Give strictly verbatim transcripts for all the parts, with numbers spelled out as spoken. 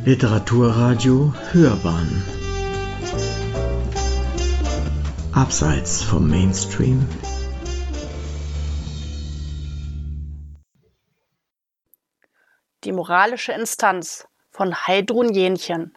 Literaturradio Hörbahn Abseits vom Mainstream. Die moralische Instanz von Heidrun Jähnchen.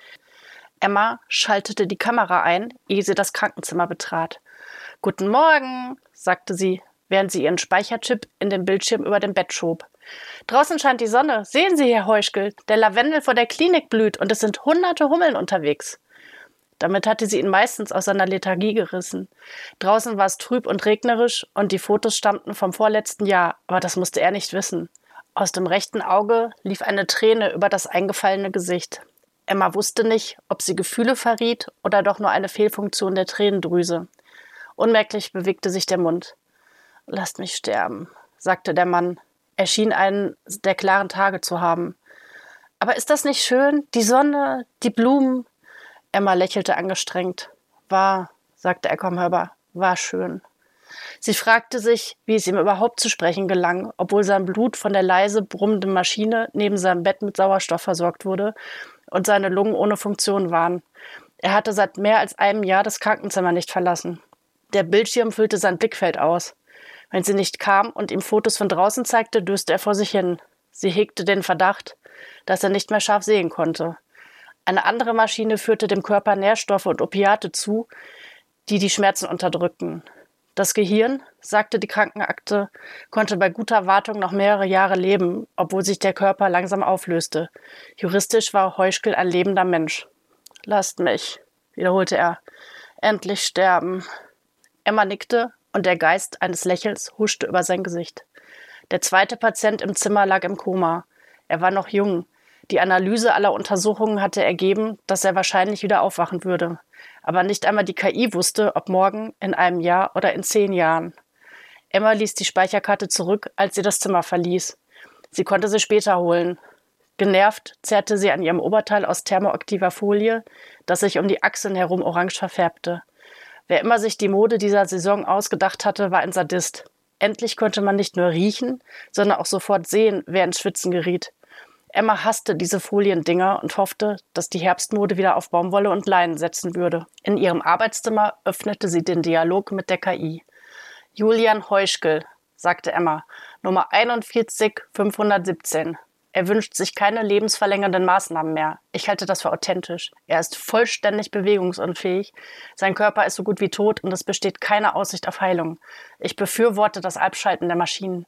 Emma schaltete die Kamera ein, ehe sie das Krankenzimmer betrat. »Guten Morgen«, sagte sie, während sie ihren Speicherchip in den Bildschirm über dem Bett schob. »Draußen scheint die Sonne. Sehen Sie, Herr Heuschkel, der Lavendel vor der Klinik blüht und es sind hunderte Hummeln unterwegs.« Damit hatte sie ihn meistens aus seiner Lethargie gerissen. Draußen war es trüb und regnerisch und die Fotos stammten vom vorletzten Jahr, aber das musste er nicht wissen. Aus dem rechten Auge lief eine Träne über das eingefallene Gesicht. Emma wusste nicht, ob sie Gefühle verriet oder doch nur eine Fehlfunktion der Tränendrüse. Unmerklich bewegte sich der Mund. »Lasst mich sterben«, sagte der Mann. Er schien einen der klaren Tage zu haben. »Aber ist das nicht schön? Die Sonne, die Blumen?« Emma lächelte angestrengt. »War«, sagte er kaum hörbar, »war schön.« Sie fragte sich, wie es ihm überhaupt zu sprechen gelang, obwohl sein Blut von der leise brummenden Maschine neben seinem Bett mit Sauerstoff versorgt wurde und seine Lungen ohne Funktion waren. Er hatte seit mehr als einem Jahr das Krankenzimmer nicht verlassen. Der Bildschirm füllte sein Blickfeld aus. Wenn sie nicht kam und ihm Fotos von draußen zeigte, döste er vor sich hin. Sie hegte den Verdacht, dass er nicht mehr scharf sehen konnte. Eine andere Maschine führte dem Körper Nährstoffe und Opiate zu, die die Schmerzen unterdrückten. Das Gehirn, sagte die Krankenakte, konnte bei guter Wartung noch mehrere Jahre leben, obwohl sich der Körper langsam auflöste. Juristisch war Heuschkel ein lebender Mensch. »Lasst mich«, wiederholte er, »endlich sterben.« Emma nickte und der Geist eines Lächels huschte über sein Gesicht. Der zweite Patient im Zimmer lag im Koma. Er war noch jung. Die Analyse aller Untersuchungen hatte ergeben, dass er wahrscheinlich wieder aufwachen würde. Aber nicht einmal die K I wusste, ob morgen, in einem Jahr oder in zehn Jahren. Emma ließ die Speicherkarte zurück, als sie das Zimmer verließ. Sie konnte sie später holen. Genervt zerrte sie an ihrem Oberteil aus thermoaktiver Folie, das sich um die Achseln herum orange verfärbte. Wer immer sich die Mode dieser Saison ausgedacht hatte, war ein Sadist. Endlich konnte man nicht nur riechen, sondern auch sofort sehen, wer ins Schwitzen geriet. Emma hasste diese Foliendinger und hoffte, dass die Herbstmode wieder auf Baumwolle und Leinen setzen würde. In ihrem Arbeitszimmer öffnete sie den Dialog mit der K I. »Julian Heuschkel«, sagte Emma, »Nummer einundvierzig fünfhundertsiebzehn. Er wünscht sich keine lebensverlängernden Maßnahmen mehr. Ich halte das für authentisch. Er ist vollständig bewegungsunfähig. Sein Körper ist so gut wie tot und es besteht keine Aussicht auf Heilung. Ich befürworte das Abschalten der Maschinen.«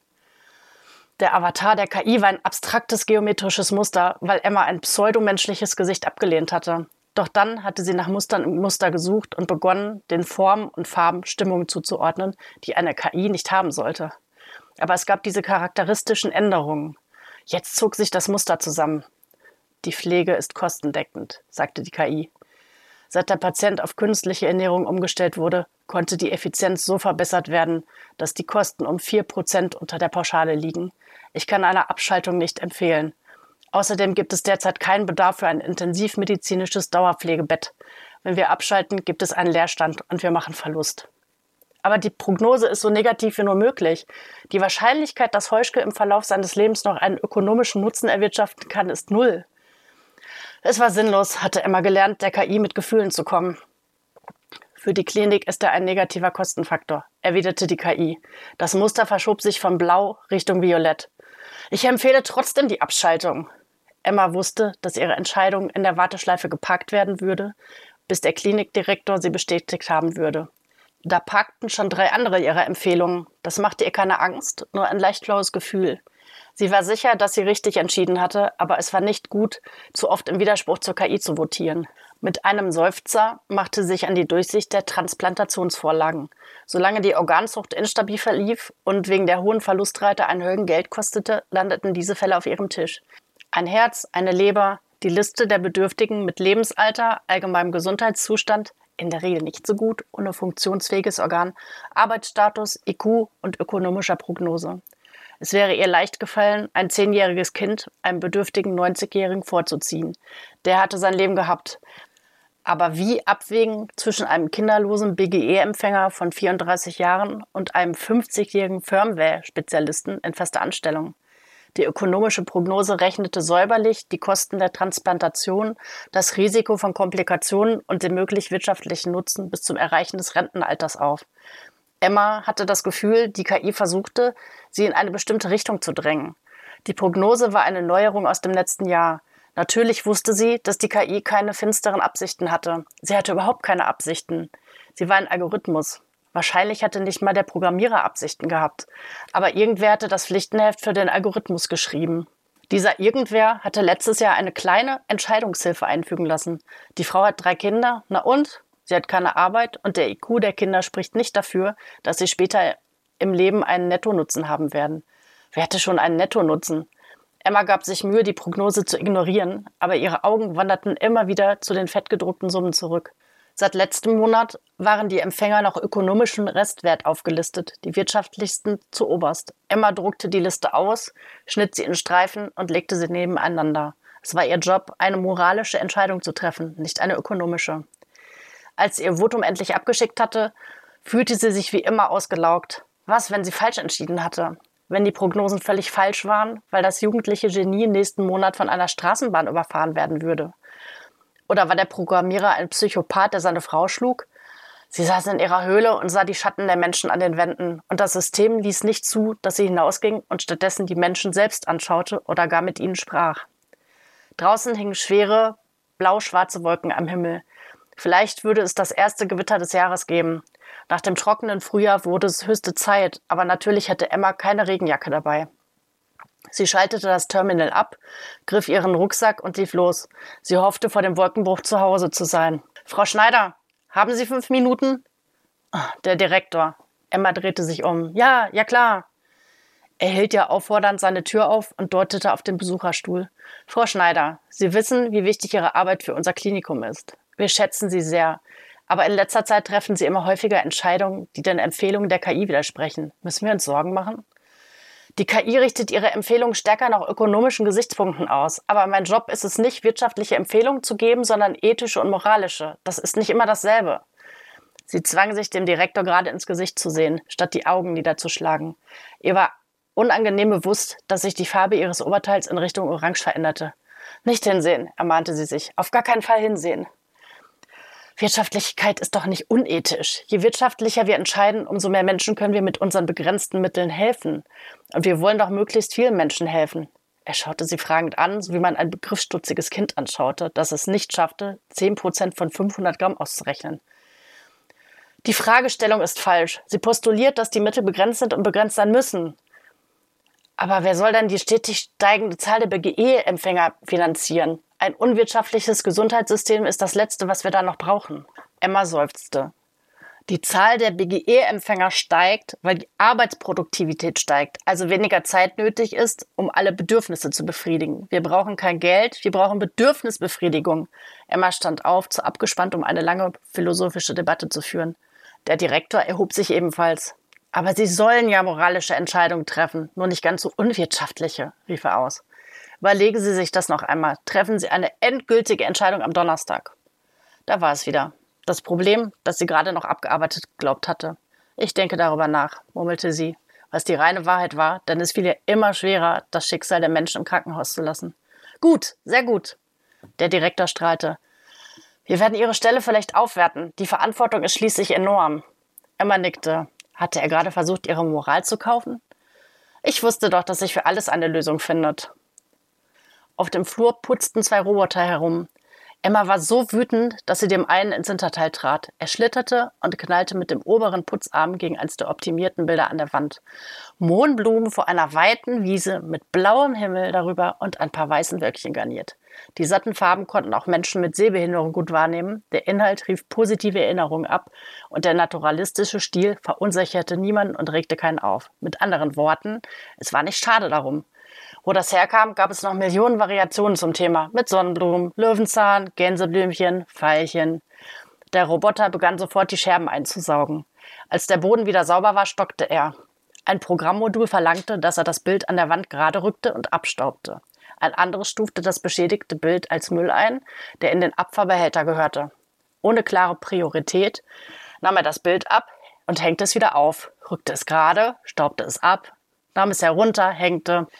Der Avatar der K I war ein abstraktes geometrisches Muster, weil Emma ein pseudomenschliches Gesicht abgelehnt hatte. Doch dann hatte sie nach Mustern im Muster gesucht und begonnen, den Formen und Farben Stimmungen zuzuordnen, die eine K I nicht haben sollte. Aber es gab diese charakteristischen Änderungen. Jetzt zog sich das Muster zusammen. »Die Pflege ist kostendeckend«, sagte die K I. Seit der Patient auf künstliche Ernährung umgestellt wurde, konnte die Effizienz so verbessert werden, dass die Kosten um vier Prozent unter der Pauschale liegen. Ich kann eine Abschaltung nicht empfehlen. Außerdem gibt es derzeit keinen Bedarf für ein intensivmedizinisches Dauerpflegebett. Wenn wir abschalten, gibt es einen Leerstand und wir machen Verlust. Aber die Prognose ist so negativ wie nur möglich. Die Wahrscheinlichkeit, dass Heuschkel im Verlauf seines Lebens noch einen ökonomischen Nutzen erwirtschaften kann, ist null. Es war sinnlos, hatte Emma gelernt, der K I mit Gefühlen zu kommen. »Für die Klinik ist er ein negativer Kostenfaktor«, erwiderte die K I. Das Muster verschob sich von Blau Richtung Violett. »Ich empfehle trotzdem die Abschaltung.« Emma wusste, dass ihre Entscheidung in der Warteschleife geparkt werden würde, bis der Klinikdirektor sie bestätigt haben würde. Da parkten schon drei andere ihrer Empfehlungen. Das machte ihr keine Angst, nur ein leicht flaues Gefühl. Sie war sicher, dass sie richtig entschieden hatte, aber es war nicht gut, zu oft im Widerspruch zur K I zu votieren. Mit einem Seufzer machte sie sich an die Durchsicht der Transplantationsvorlagen. Solange die Organzucht instabil verlief und wegen der hohen Verlustrate ein Höllen Geld kostete, landeten diese Fälle auf ihrem Tisch. Ein Herz, eine Leber, die Liste der Bedürftigen mit Lebensalter, allgemeinem Gesundheitszustand, in der Regel nicht so gut, ohne funktionsfähiges Organ, Arbeitsstatus, I Q und ökonomischer Prognose. Es wäre ihr leicht gefallen, ein zehnjähriges Kind einem bedürftigen neunzigjährigen vorzuziehen. Der hatte sein Leben gehabt. Aber wie abwägen zwischen einem kinderlosen B G E-Empfänger von vierunddreißig Jahren und einem fünfzigjährigen Firmware-Spezialisten in fester Anstellung? Die ökonomische Prognose rechnete säuberlich die Kosten der Transplantation, das Risiko von Komplikationen und den möglich wirtschaftlichen Nutzen bis zum Erreichen des Rentenalters auf. Emma hatte das Gefühl, die K I versuchte, sie in eine bestimmte Richtung zu drängen. Die Prognose war eine Neuerung aus dem letzten Jahr. Natürlich wusste sie, dass die K I keine finsteren Absichten hatte. Sie hatte überhaupt keine Absichten. Sie war ein Algorithmus. Wahrscheinlich hatte nicht mal der Programmierer Absichten gehabt. Aber irgendwer hatte das Pflichtenheft für den Algorithmus geschrieben. Dieser Irgendwer hatte letztes Jahr eine kleine Entscheidungshilfe einfügen lassen. Die Frau hat drei Kinder, na und? Sie hat keine Arbeit und der I Q der Kinder spricht nicht dafür, dass sie später im Leben einen Nettonutzen haben werden. Wer hätte schon einen Nettonutzen? Emma gab sich Mühe, die Prognose zu ignorieren, aber ihre Augen wanderten immer wieder zu den fettgedruckten Summen zurück. Seit letztem Monat waren die Empfänger nach ökonomischem Restwert aufgelistet, die wirtschaftlichsten zu oberst. Emma druckte die Liste aus, schnitt sie in Streifen und legte sie nebeneinander. Es war ihr Job, eine moralische Entscheidung zu treffen, nicht eine ökonomische. Als sie ihr Votum endlich abgeschickt hatte, fühlte sie sich wie immer ausgelaugt. Was, wenn sie falsch entschieden hatte? Wenn die Prognosen völlig falsch waren, weil das jugendliche Genie nächsten Monat von einer Straßenbahn überfahren werden würde? Oder war der Programmierer ein Psychopath, der seine Frau schlug? Sie saß in ihrer Höhle und sah die Schatten der Menschen an den Wänden. Und das System ließ nicht zu, dass sie hinausging und stattdessen die Menschen selbst anschaute oder gar mit ihnen sprach. Draußen hingen schwere, blau-schwarze Wolken am Himmel. Vielleicht würde es das erste Gewitter des Jahres geben. Nach dem trockenen Frühjahr wurde es höchste Zeit, aber natürlich hatte Emma keine Regenjacke dabei. Sie schaltete das Terminal ab, griff ihren Rucksack und lief los. Sie hoffte, vor dem Wolkenbruch zu Hause zu sein. »Frau Schneider, haben Sie fünf Minuten?« Der Direktor. Emma drehte sich um. »Ja, ja klar.« Er hielt ihr auffordernd seine Tür auf und deutete auf den Besucherstuhl. »Frau Schneider, Sie wissen, wie wichtig Ihre Arbeit für unser Klinikum ist. Wir schätzen Sie sehr. Aber in letzter Zeit treffen Sie immer häufiger Entscheidungen, die den Empfehlungen der K I widersprechen. Müssen wir uns Sorgen machen?« Die K I richtet ihre Empfehlungen stärker nach ökonomischen Gesichtspunkten aus. Aber mein Job ist es nicht, wirtschaftliche Empfehlungen zu geben, sondern ethische und moralische. Das ist nicht immer dasselbe. Sie zwang sich, dem Direktor gerade ins Gesicht zu sehen, statt die Augen niederzuschlagen. Ihr war unangenehm bewusst, dass sich die Farbe ihres Oberteils in Richtung Orange veränderte. »Nicht hinsehen«, ermahnte sie sich. »Auf gar keinen Fall hinsehen.« Wirtschaftlichkeit ist doch nicht unethisch. Je wirtschaftlicher wir entscheiden, umso mehr Menschen können wir mit unseren begrenzten Mitteln helfen. Und wir wollen doch möglichst vielen Menschen helfen. Er schaute sie fragend an, so wie man ein begriffsstutziges Kind anschaute, das es nicht schaffte, zehn Prozent von fünfhundert Gramm auszurechnen. Die Fragestellung ist falsch. Sie postuliert, dass die Mittel begrenzt sind und begrenzt sein müssen. Aber wer soll denn die stetig steigende Zahl der B G E-Empfänger finanzieren? Ein unwirtschaftliches Gesundheitssystem ist das Letzte, was wir da noch brauchen. Emma seufzte. Die Zahl der B G E-Empfänger steigt, weil die Arbeitsproduktivität steigt, also weniger Zeit nötig ist, um alle Bedürfnisse zu befriedigen. Wir brauchen kein Geld, wir brauchen Bedürfnisbefriedigung. Emma stand auf, zu abgespannt, um eine lange philosophische Debatte zu führen. Der Direktor erhob sich ebenfalls. Aber Sie sollen ja moralische Entscheidungen treffen, nur nicht ganz so unwirtschaftliche, rief er aus. Überlegen Sie sich das noch einmal. Treffen Sie eine endgültige Entscheidung am Donnerstag. Da war es wieder. Das Problem, das sie gerade noch abgearbeitet geglaubt hatte. Ich denke darüber nach, murmelte sie, was die reine Wahrheit war, denn es fiel ihr immer schwerer, das Schicksal der Menschen im Krankenhaus zu lassen. Gut, sehr gut. Der Direktor strahlte. Wir werden Ihre Stelle vielleicht aufwerten. Die Verantwortung ist schließlich enorm. Emma nickte. Hatte er gerade versucht, ihre Moral zu kaufen? Ich wusste doch, dass sich für alles eine Lösung findet. Auf dem Flur putzten zwei Roboter herum. Emma war so wütend, dass sie dem einen ins Hinterteil trat. Er schlitterte und knallte mit dem oberen Putzarm gegen eines der optimierten Bilder an der Wand. Mohnblumen vor einer weiten Wiese mit blauem Himmel darüber und ein paar weißen Wölkchen garniert. Die satten Farben konnten auch Menschen mit Sehbehinderung gut wahrnehmen. Der Inhalt rief positive Erinnerungen ab und der naturalistische Stil verunsicherte niemanden und regte keinen auf. Mit anderen Worten, es war nicht schade darum. Wo das herkam, gab es noch Millionen Variationen zum Thema. Mit Sonnenblumen, Löwenzahn, Gänseblümchen, Veilchen. Der Roboter begann sofort die Scherben einzusaugen. Als der Boden wieder sauber war, stockte er. Ein Programmmodul verlangte, dass er das Bild an der Wand gerade rückte und abstaubte. Ein anderes stufte das beschädigte Bild als Müll ein, der in den Abfallbehälter gehörte. Ohne klare Priorität nahm er das Bild ab und hängte es wieder auf, rückte es gerade, staubte es ab, nahm es herunter, hängte.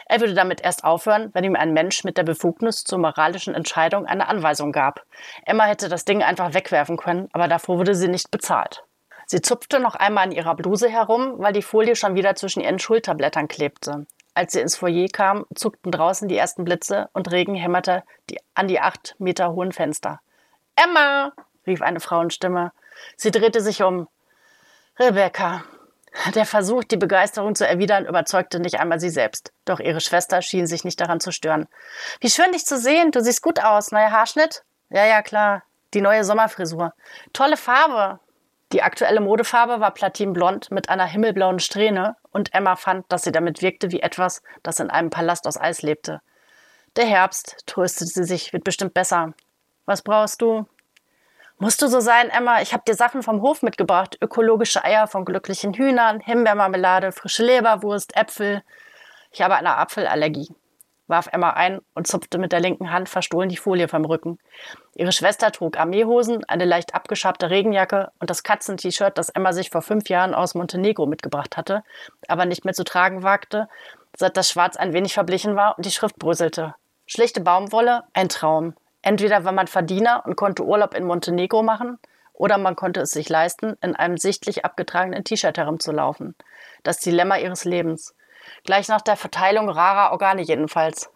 Er würde damit erst aufhören, wenn ihm ein Mensch mit der Befugnis zur moralischen Entscheidung eine Anweisung gab. Emma hätte das Ding einfach wegwerfen können, aber davor wurde sie nicht bezahlt. Sie zupfte noch einmal an ihrer Bluse herum, weil die Folie schon wieder zwischen ihren Schulterblättern klebte. Als sie ins Foyer kam, zuckten draußen die ersten Blitze und Regen hämmerte die, an die acht Meter hohen Fenster. »Emma!« rief eine Frauenstimme. Sie drehte sich um. »Rebecca!« Der Versuch, die Begeisterung zu erwidern, überzeugte nicht einmal sie selbst. Doch ihre Schwester schien sich nicht daran zu stören. »Wie schön, dich zu sehen. Du siehst gut aus. Neuer Haarschnitt?« »Ja, ja, klar. Die neue Sommerfrisur. Tolle Farbe!« Die aktuelle Modefarbe war platinblond mit einer himmelblauen Strähne und Emma fand, dass sie damit wirkte wie etwas, das in einem Palast aus Eis lebte. »Der Herbst«, tröstete sie sich, »wird bestimmt besser. Was brauchst du?« »Musst du so sein, Emma? Ich habe dir Sachen vom Hof mitgebracht. Ökologische Eier von glücklichen Hühnern, Himbeermarmelade, frische Leberwurst, Äpfel. Ich habe eine Apfelallergie«, warf Emma ein und zupfte mit der linken Hand verstohlen die Folie vom Rücken. Ihre Schwester trug Armeehosen, eine leicht abgeschabte Regenjacke und das Katzen-T-Shirt, das Emma sich vor fünf Jahren aus Montenegro mitgebracht hatte, aber nicht mehr zu tragen wagte, seit das Schwarz ein wenig verblichen war und die Schrift bröselte. Schlichte Baumwolle, ein Traum. Entweder war man Verdiener und konnte Urlaub in Montenegro machen, oder man konnte es sich leisten, in einem sichtlich abgetragenen T-Shirt herumzulaufen. Das Dilemma ihres Lebens. Gleich nach der Verteilung rarer Organe jedenfalls.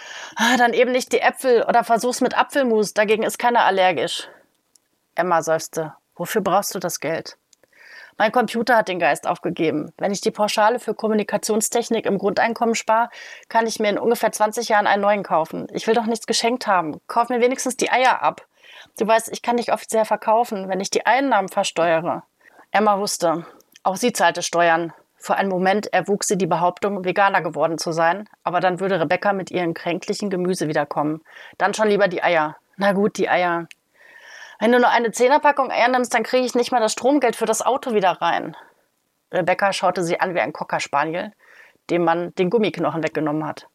Ah, dann eben nicht die Äpfel oder versuch's mit Apfelmus, dagegen ist keiner allergisch. Emma seufzte. Wofür brauchst du das Geld? Mein Computer hat den Geist aufgegeben. Wenn ich die Pauschale für Kommunikationstechnik im Grundeinkommen spare, kann ich mir in ungefähr zwanzig Jahren einen neuen kaufen. Ich will doch nichts geschenkt haben. Kauf mir wenigstens die Eier ab. Du weißt, ich kann dich offiziell verkaufen, wenn ich die Einnahmen versteuere. Emma wusste, auch sie zahlte Steuern. Für einen Moment erwog sie die Behauptung, Veganer geworden zu sein, aber dann würde Rebecca mit ihrem kränklichen Gemüse wiederkommen. Dann schon lieber die Eier. Na gut, die Eier. Wenn du nur eine Zehnerpackung Eier nimmst, dann kriege ich nicht mal das Stromgeld für das Auto wieder rein. Rebecca schaute sie an wie ein Cocker Spaniel, dem man den Gummiknochen weggenommen hat.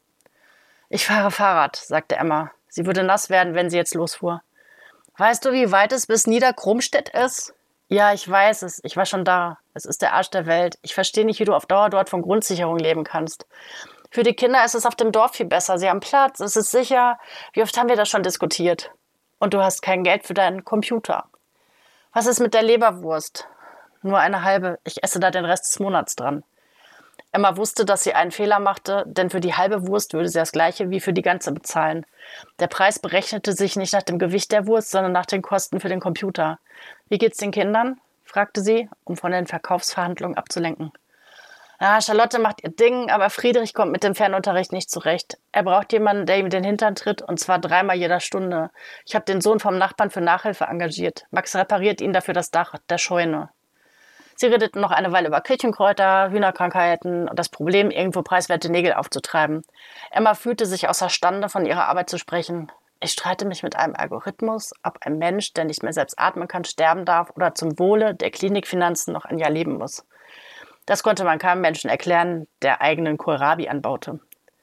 Ich fahre Fahrrad, sagte Emma. Sie würde nass werden, wenn sie jetzt losfuhr. Weißt du, wie weit es bis Niederkromstedt ist? Ja, ich weiß es. Ich war schon da. Es ist der Arsch der Welt. Ich verstehe nicht, wie du auf Dauer dort von Grundsicherung leben kannst. Für die Kinder ist es auf dem Dorf viel besser. Sie haben Platz, es ist sicher. Wie oft haben wir das schon diskutiert? Und du hast kein Geld für deinen Computer. Was ist mit der Leberwurst? Nur eine halbe. Ich esse da den Rest des Monats dran. Emma wusste, dass sie einen Fehler machte, denn für die halbe Wurst würde sie das Gleiche wie für die ganze bezahlen. Der Preis berechnete sich nicht nach dem Gewicht der Wurst, sondern nach den Kosten für den Computer. Wie geht's den Kindern? Fragte sie, um von den Verkaufsverhandlungen abzulenken. Ja, Charlotte macht ihr Ding, aber Friedrich kommt mit dem Fernunterricht nicht zurecht. Er braucht jemanden, der ihm den Hintern tritt, und zwar dreimal jeder Stunde. Ich habe den Sohn vom Nachbarn für Nachhilfe engagiert. Max repariert ihn dafür das Dach der Scheune. Sie redeten noch eine Weile über Küchenkräuter, Hühnerkrankheiten und das Problem, irgendwo preiswerte Nägel aufzutreiben. Emma fühlte sich außerstande, von ihrer Arbeit zu sprechen. Ich streite mich mit einem Algorithmus, ob ein Mensch, der nicht mehr selbst atmen kann, sterben darf oder zum Wohle der Klinikfinanzen noch ein Jahr leben muss. Das konnte man keinem Menschen erklären, der eigenen Kohlrabi anbaute.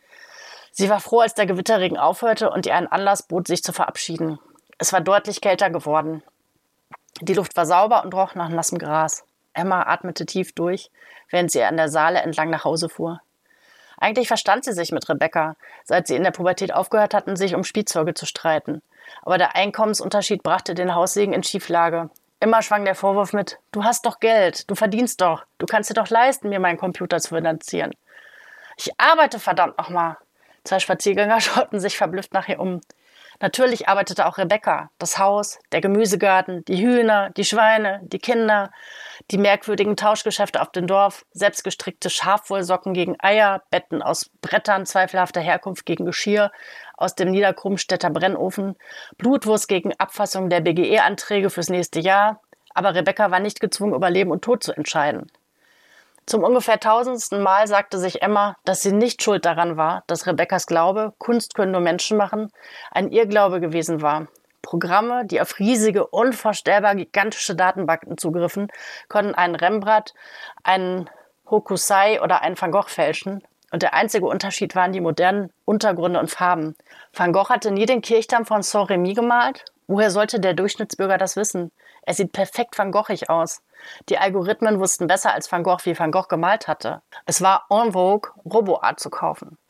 Sie war froh, als der Gewitterregen aufhörte und ihr einen Anlass bot, sich zu verabschieden. Es war deutlich kälter geworden. Die Luft war sauber und roch nach nassem Gras. Emma atmete tief durch, während sie an der Saale entlang nach Hause fuhr. Eigentlich verstand sie sich mit Rebecca, seit sie in der Pubertät aufgehört hatten, sich um Spielzeuge zu streiten. Aber der Einkommensunterschied brachte den Haussegen in Schieflage. Immer schwang der Vorwurf mit, du hast doch Geld, du verdienst doch, du kannst dir doch leisten, mir meinen Computer zu finanzieren. Ich arbeite verdammt nochmal. Zwei Spaziergänger schauten sich verblüfft nach ihr um. Natürlich arbeitete auch Rebecca. Das Haus, der Gemüsegarten, die Hühner, die Schweine, die Kinder, die merkwürdigen Tauschgeschäfte auf dem Dorf, selbstgestrickte Schafwollsocken gegen Eier, Betten aus Brettern zweifelhafter Herkunft gegen Geschirr aus dem Niederkromstädter Brennofen, Blutwurst gegen Abfassung der B G E-Anträge fürs nächste Jahr. Aber Rebecca war nicht gezwungen, über Leben und Tod zu entscheiden. Zum ungefähr tausendsten Mal sagte sich Emma, dass sie nicht schuld daran war, dass Rebeccas Glaube, Kunst können nur Menschen machen, ein Irrglaube gewesen war. Programme, die auf riesige, unvorstellbar gigantische Datenbanken zugriffen, konnten einen Rembrandt, einen Hokusai oder einen Van Gogh fälschen. Und der einzige Unterschied waren die modernen Untergründe und Farben. Van Gogh hatte nie den Kirchturm von Saint-Rémy gemalt. Woher sollte der Durchschnittsbürger das wissen? Er sieht perfekt Van Goghig aus. Die Algorithmen wussten besser als Van Gogh, wie Van Gogh gemalt hatte. Es war en vogue, Robo-Art zu kaufen.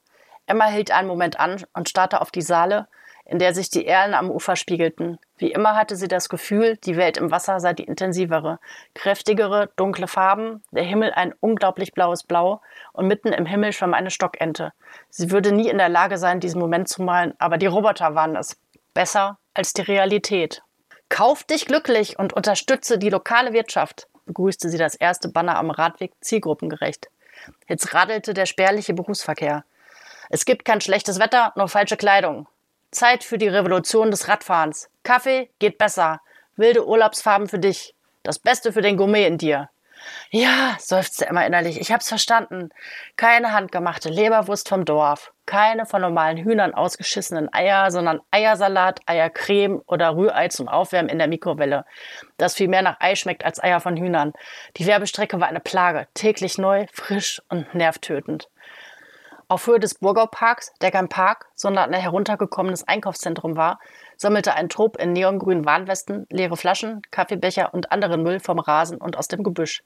Emma hielt einen Moment an und starrte auf die Saale, in der sich die Erlen am Ufer spiegelten. Wie immer hatte sie das Gefühl, die Welt im Wasser sei die intensivere, kräftigere, dunkle Farben, der Himmel ein unglaublich blaues Blau und mitten im Himmel schwamm eine Stockente. Sie würde nie in der Lage sein, diesen Moment zu malen, aber die Roboter waren es. Besser als die Realität. Kauf dich glücklich und unterstütze die lokale Wirtschaft, begrüßte sie das erste Banner am Radweg zielgruppengerecht. Jetzt radelte der spärliche Berufsverkehr. Es gibt kein schlechtes Wetter, nur falsche Kleidung. Zeit für die Revolution des Radfahrens. Kaffee geht besser. Wilde Urlaubsfarben für dich. Das Beste für den Gourmet in dir. Ja, seufzte Emma innerlich, ich hab's verstanden. Keine handgemachte Leberwurst vom Dorf. Keine von normalen Hühnern ausgeschissenen Eier, sondern Eiersalat, Eiercreme oder Rührei zum Aufwärmen in der Mikrowelle. Das viel mehr nach Ei schmeckt als Eier von Hühnern. Die Werbestrecke war eine Plage. Täglich neu, frisch und nervtötend. Auf Höhe des Burgau-Parks, der kein Park, sondern ein heruntergekommenes Einkaufszentrum war, sammelte ein Trupp in neongrünen Warnwesten leere Flaschen, Kaffeebecher und anderen Müll vom Rasen und aus dem Gebüsch.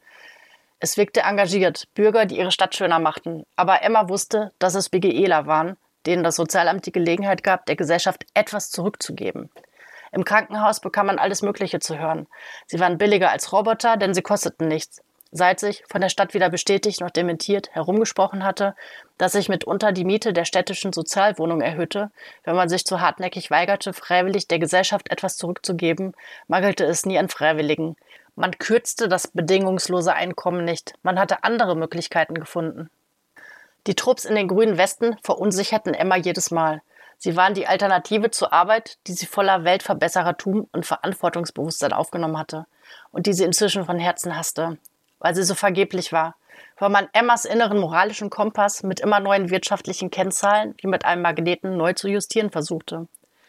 Es wirkte engagiert, Bürger, die ihre Stadt schöner machten. Aber Emma wusste, dass es BGEler waren, denen das Sozialamt die Gelegenheit gab, der Gesellschaft etwas zurückzugeben. Im Krankenhaus bekam man alles Mögliche zu hören. Sie waren billiger als Roboter, denn sie kosteten nichts. Seit sich, von der Stadt weder bestätigt noch dementiert, herumgesprochen hatte, dass sich mitunter die Miete der städtischen Sozialwohnung erhöhte, wenn man sich zu hartnäckig weigerte, freiwillig der Gesellschaft etwas zurückzugeben, mangelte es nie an Freiwilligen. Man kürzte das bedingungslose Einkommen nicht, man hatte andere Möglichkeiten gefunden. Die Trupps in den grünen Westen verunsicherten Emma jedes Mal. Sie waren die Alternative zur Arbeit, die sie voller Weltverbesserertum und Verantwortungsbewusstsein aufgenommen hatte und die sie inzwischen von Herzen hasste. Weil sie so vergeblich war, weil man Emmas inneren moralischen Kompass mit immer neuen wirtschaftlichen Kennzahlen wie mit einem Magneten neu zu justieren versuchte.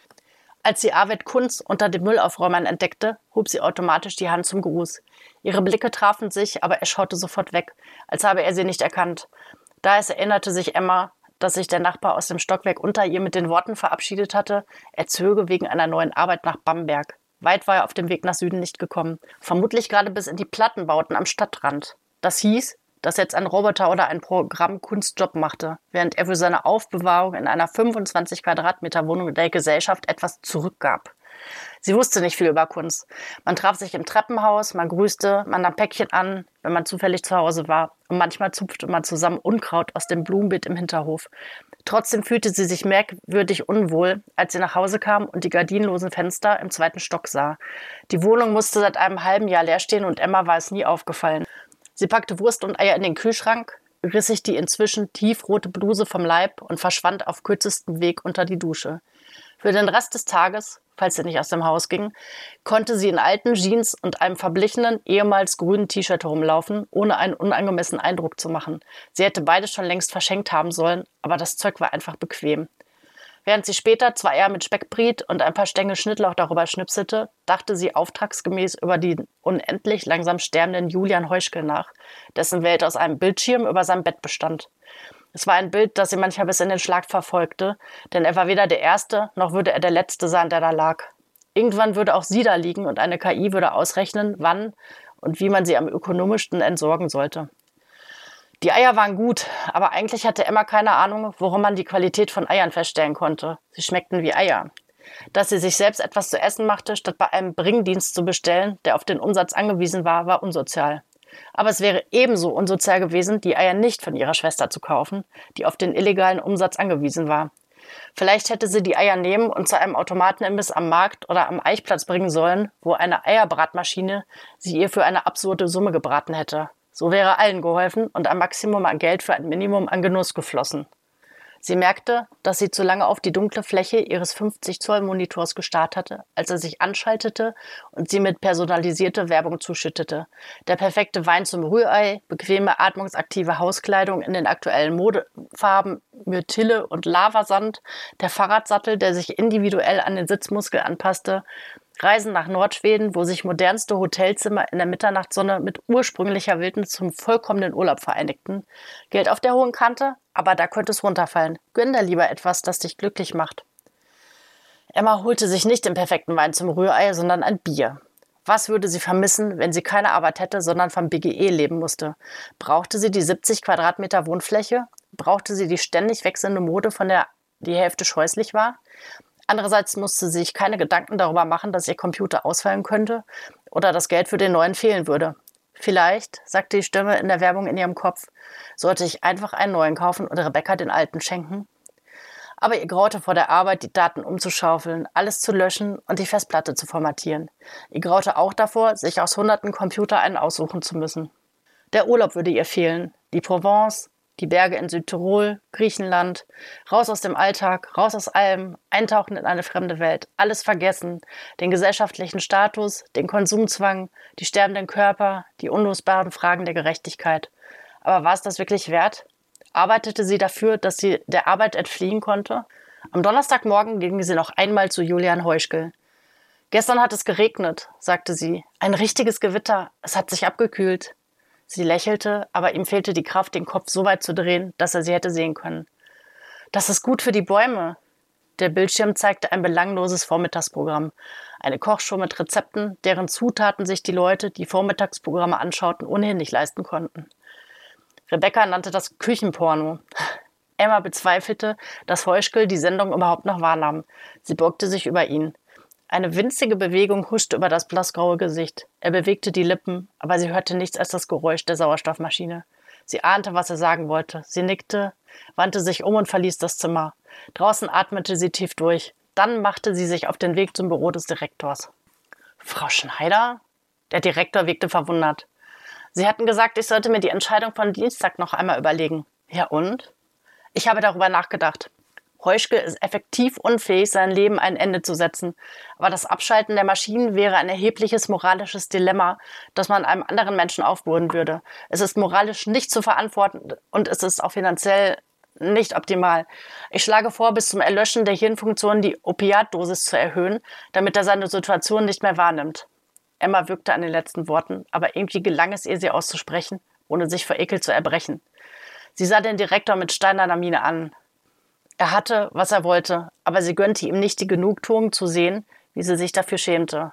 Als sie Arvid Kunz unter den Müllaufräumern entdeckte, hob sie automatisch die Hand zum Gruß. Ihre Blicke trafen sich, aber er schaute sofort weg, als habe er sie nicht erkannt. Da es erinnerte sich Emma, dass sich der Nachbar aus dem Stockwerk unter ihr mit den Worten verabschiedet hatte, er zöge wegen einer neuen Arbeit nach Bamberg. Weit war er auf dem Weg nach Süden nicht gekommen. Vermutlich gerade bis in die Plattenbauten am Stadtrand. Das hieß, dass jetzt ein Roboter oder ein Programm Kunstjob machte, während er für seine Aufbewahrung in einer fünfundzwanzig Quadratmeter Wohnung der Gesellschaft etwas zurückgab. Sie wusste nicht viel über Kunst. Man traf sich im Treppenhaus, man grüßte, man nahm Päckchen an, wenn man zufällig zu Hause war. Und manchmal zupfte man zusammen Unkraut aus dem Blumenbeet im Hinterhof. Trotzdem fühlte sie sich merkwürdig unwohl, als sie nach Hause kam und die gardinenlosen Fenster im zweiten Stock sah. Die Wohnung musste seit einem halben Jahr leer stehen und Emma war es nie aufgefallen. Sie packte Wurst und Eier in den Kühlschrank, riss sich die inzwischen tiefrote Bluse vom Leib und verschwand auf kürzestem Weg unter die Dusche. Für den Rest des Tages, falls sie nicht aus dem Haus ging, konnte sie in alten Jeans und einem verblichenen, ehemals grünen T-Shirt herumlaufen, ohne einen unangemessenen Eindruck zu machen. Sie hätte beides schon längst verschenkt haben sollen, aber das Zeug war einfach bequem. Während sie später zwei Eier mit Speckbriet und ein paar Stängel Schnittlauch darüber schnipselte, dachte sie auftragsgemäß über den unendlich langsam sterbenden Julian Heuschkel nach, dessen Welt aus einem Bildschirm über seinem Bett bestand. Es war ein Bild, das sie manchmal bis in den Schlag verfolgte, denn er war weder der Erste, noch würde er der Letzte sein, der da lag. Irgendwann würde auch sie da liegen und eine K I würde ausrechnen, wann und wie man sie am ökonomischsten entsorgen sollte. Die Eier waren gut, aber eigentlich hatte Emma keine Ahnung, worum man die Qualität von Eiern feststellen konnte. Sie schmeckten wie Eier. Dass sie sich selbst etwas zu essen machte, statt bei einem Bringdienst zu bestellen, der auf den Umsatz angewiesen war, war unsozial. Aber es wäre ebenso unsozial gewesen, die Eier nicht von ihrer Schwester zu kaufen, die auf den illegalen Umsatz angewiesen war. Vielleicht hätte sie die Eier nehmen und zu einem Automatenimbiss am Markt oder am Eichplatz bringen sollen, wo eine Eierbratmaschine sie ihr für eine absurde Summe gebraten hätte. So wäre allen geholfen und ein Maximum an Geld für ein Minimum an Genuss geflossen. Sie merkte, dass sie zu lange auf die dunkle Fläche ihres fünfzig Zoll Monitors gestarrt hatte, als er sich anschaltete und sie mit personalisierter Werbung zuschüttete. Der perfekte Wein zum Rührei, bequeme atmungsaktive Hauskleidung in den aktuellen Modefarben Myrtille und Lavasand, der Fahrradsattel, der sich individuell an den Sitzmuskel anpasste, Reisen nach Nordschweden, wo sich modernste Hotelzimmer in der Mitternachtssonne mit ursprünglicher Wildnis zum vollkommenen Urlaub vereinigten. Geld auf der hohen Kante, aber da könnte es runterfallen. Gönn dir lieber etwas, das dich glücklich macht. Emma holte sich nicht den perfekten Wein zum Rührei, sondern ein Bier. Was würde sie vermissen, wenn sie keine Arbeit hätte, sondern vom B G E leben musste? Brauchte sie die siebzig Quadratmeter Wohnfläche? brauchte sie die ständig wechselnde Mode, von der die Hälfte scheußlich war. Andererseits musste sie sich keine Gedanken darüber machen, dass ihr Computer ausfallen könnte oder das Geld für den neuen fehlen würde. Vielleicht, sagte die Stimme in der Werbung in ihrem Kopf, sollte ich einfach einen neuen kaufen und Rebecca den alten schenken. Aber ihr graute vor der Arbeit, die Daten umzuschaufeln, alles zu löschen und die Festplatte zu formatieren. Ihr graute auch davor, sich aus hunderten Computer einen aussuchen zu müssen. Der Urlaub würde ihr fehlen, die Provence, die Berge in Südtirol, Griechenland, raus aus dem Alltag, raus aus allem, eintauchen in eine fremde Welt, alles vergessen, den gesellschaftlichen Status, den Konsumzwang, die sterbenden Körper, die unlösbaren Fragen der Gerechtigkeit. Aber war es das wirklich wert? Arbeitete sie dafür, dass sie der Arbeit entfliehen konnte? Am Donnerstagmorgen ging sie noch einmal zu Julian Heuschkel. Gestern hat es geregnet, sagte sie. Ein richtiges Gewitter, es hat sich abgekühlt. Sie lächelte, aber ihm fehlte die Kraft, den Kopf so weit zu drehen, dass er sie hätte sehen können. Das ist gut für die Bäume. Der Bildschirm zeigte ein belangloses Vormittagsprogramm. Eine Kochshow mit Rezepten, deren Zutaten sich die Leute, die Vormittagsprogramme anschauten, ohnehin nicht leisten konnten. Rebecca nannte das Küchenporno. Emma bezweifelte, dass Heuschkel die Sendung überhaupt noch wahrnahm. Sie beugte sich über ihn. Eine winzige Bewegung huschte über das blassgraue Gesicht. Er bewegte die Lippen, aber sie hörte nichts als das Geräusch der Sauerstoffmaschine. Sie ahnte, was er sagen wollte. Sie nickte, wandte sich um und verließ das Zimmer. Draußen atmete sie tief durch. Dann machte sie sich auf den Weg zum Büro des Direktors. Frau Schneider? Der Direktor wirkte verwundert. Sie hatten gesagt, ich sollte mir die Entscheidung von Dienstag noch einmal überlegen. Ja und? Ich habe darüber nachgedacht. Heuschkel ist effektiv unfähig, sein Leben ein Ende zu setzen. Aber das Abschalten der Maschinen wäre ein erhebliches moralisches Dilemma, das man einem anderen Menschen aufbürden würde. Es ist moralisch nicht zu verantworten und es ist auch finanziell nicht optimal. Ich schlage vor, bis zum Erlöschen der Hirnfunktion die Opiatdosis zu erhöhen, damit er seine Situation nicht mehr wahrnimmt. Emma würgte an den letzten Worten, aber irgendwie gelang es ihr, sie auszusprechen, ohne sich vor Ekel zu erbrechen. Sie sah den Direktor mit steinerner Miene an. Er hatte, was er wollte, aber sie gönnte ihm nicht die Genugtuung zu sehen, wie sie sich dafür schämte.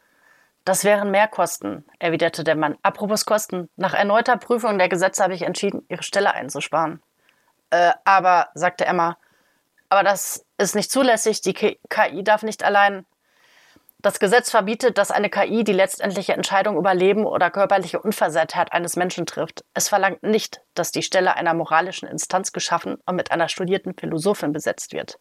Das wären Mehrkosten, erwiderte der Mann. Apropos Kosten, nach erneuter Prüfung der Gesetze habe ich entschieden, ihre Stelle einzusparen. Äh, aber, sagte Emma, aber das ist nicht zulässig, die K I darf nicht allein... Das Gesetz verbietet, dass eine K I die letztendliche Entscheidung über Leben oder körperliche Unversehrtheit eines Menschen trifft. Es verlangt nicht, dass die Stelle einer moralischen Instanz geschaffen und mit einer studierten Philosophin besetzt wird.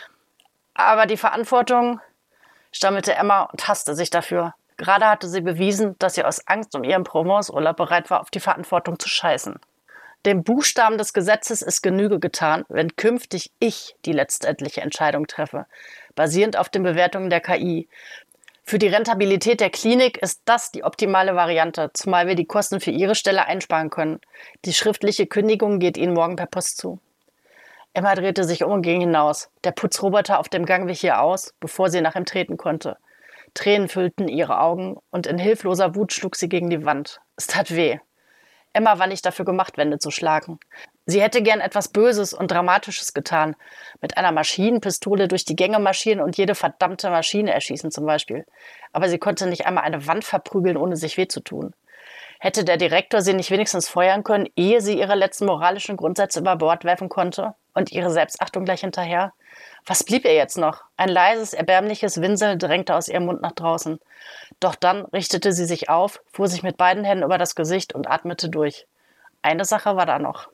Aber die Verantwortung, stammelte Emma und hasste sich dafür. Gerade hatte sie bewiesen, dass sie aus Angst um ihren Provence-Urlaub bereit war, auf die Verantwortung zu scheißen. Dem Buchstaben des Gesetzes ist Genüge getan, wenn künftig ich die letztendliche Entscheidung treffe, basierend auf den Bewertungen der K I. Für die Rentabilität der Klinik ist das die optimale Variante, zumal wir die Kosten für Ihre Stelle einsparen können. Die schriftliche Kündigung geht Ihnen morgen per Post zu. Emma drehte sich um und ging hinaus. Der Putzroboter auf dem Gang wich ihr aus, bevor sie nach ihm treten konnte. Tränen füllten ihre Augen und in hilfloser Wut schlug sie gegen die Wand. Es tat weh. Emma war nicht dafür gemacht, Wände zu schlagen. Sie hätte gern etwas Böses und Dramatisches getan. Mit einer Maschinenpistole durch die Gänge marschieren und jede verdammte Maschine erschießen zum Beispiel. Aber sie konnte nicht einmal eine Wand verprügeln, ohne sich weh zu tun. Hätte der Direktor sie nicht wenigstens feuern können, ehe sie ihre letzten moralischen Grundsätze über Bord werfen konnte? Und ihre Selbstachtung gleich hinterher? Was blieb ihr jetzt noch? Ein leises, erbärmliches Winseln drängte aus ihrem Mund nach draußen. Doch dann richtete sie sich auf, fuhr sich mit beiden Händen über das Gesicht und atmete durch. Eine Sache war da noch.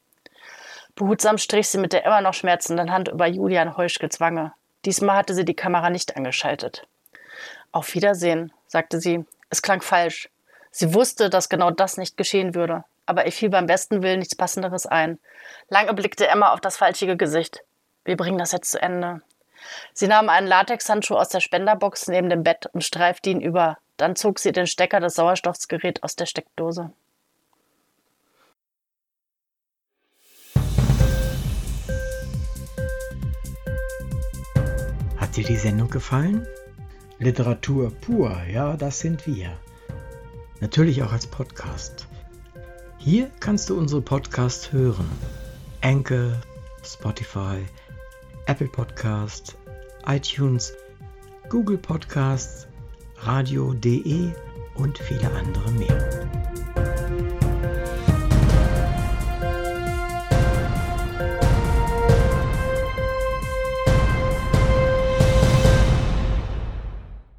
Behutsam strich sie mit der immer noch schmerzenden Hand über Julian Heuschkels Wange. Diesmal hatte sie die Kamera nicht angeschaltet. Auf Wiedersehen, sagte sie. Es klang falsch. Sie wusste, dass genau das nicht geschehen würde. Aber ihr fiel beim besten Willen nichts Passenderes ein. Lange blickte Emma auf das falschige Gesicht. Wir bringen das jetzt zu Ende. Sie nahm einen Latexhandschuh aus der Spenderbox neben dem Bett und streifte ihn über. Dann zog sie den Stecker des Sauerstoffgeräts aus der Steckdose. Hat dir die Sendung gefallen? Literatur pur, ja, das sind wir. Natürlich auch als Podcast. Hier kannst du unsere Podcasts hören. Anchor, Spotify, Apple Podcasts, iTunes, Google Podcasts, radio punkt de und viele andere mehr.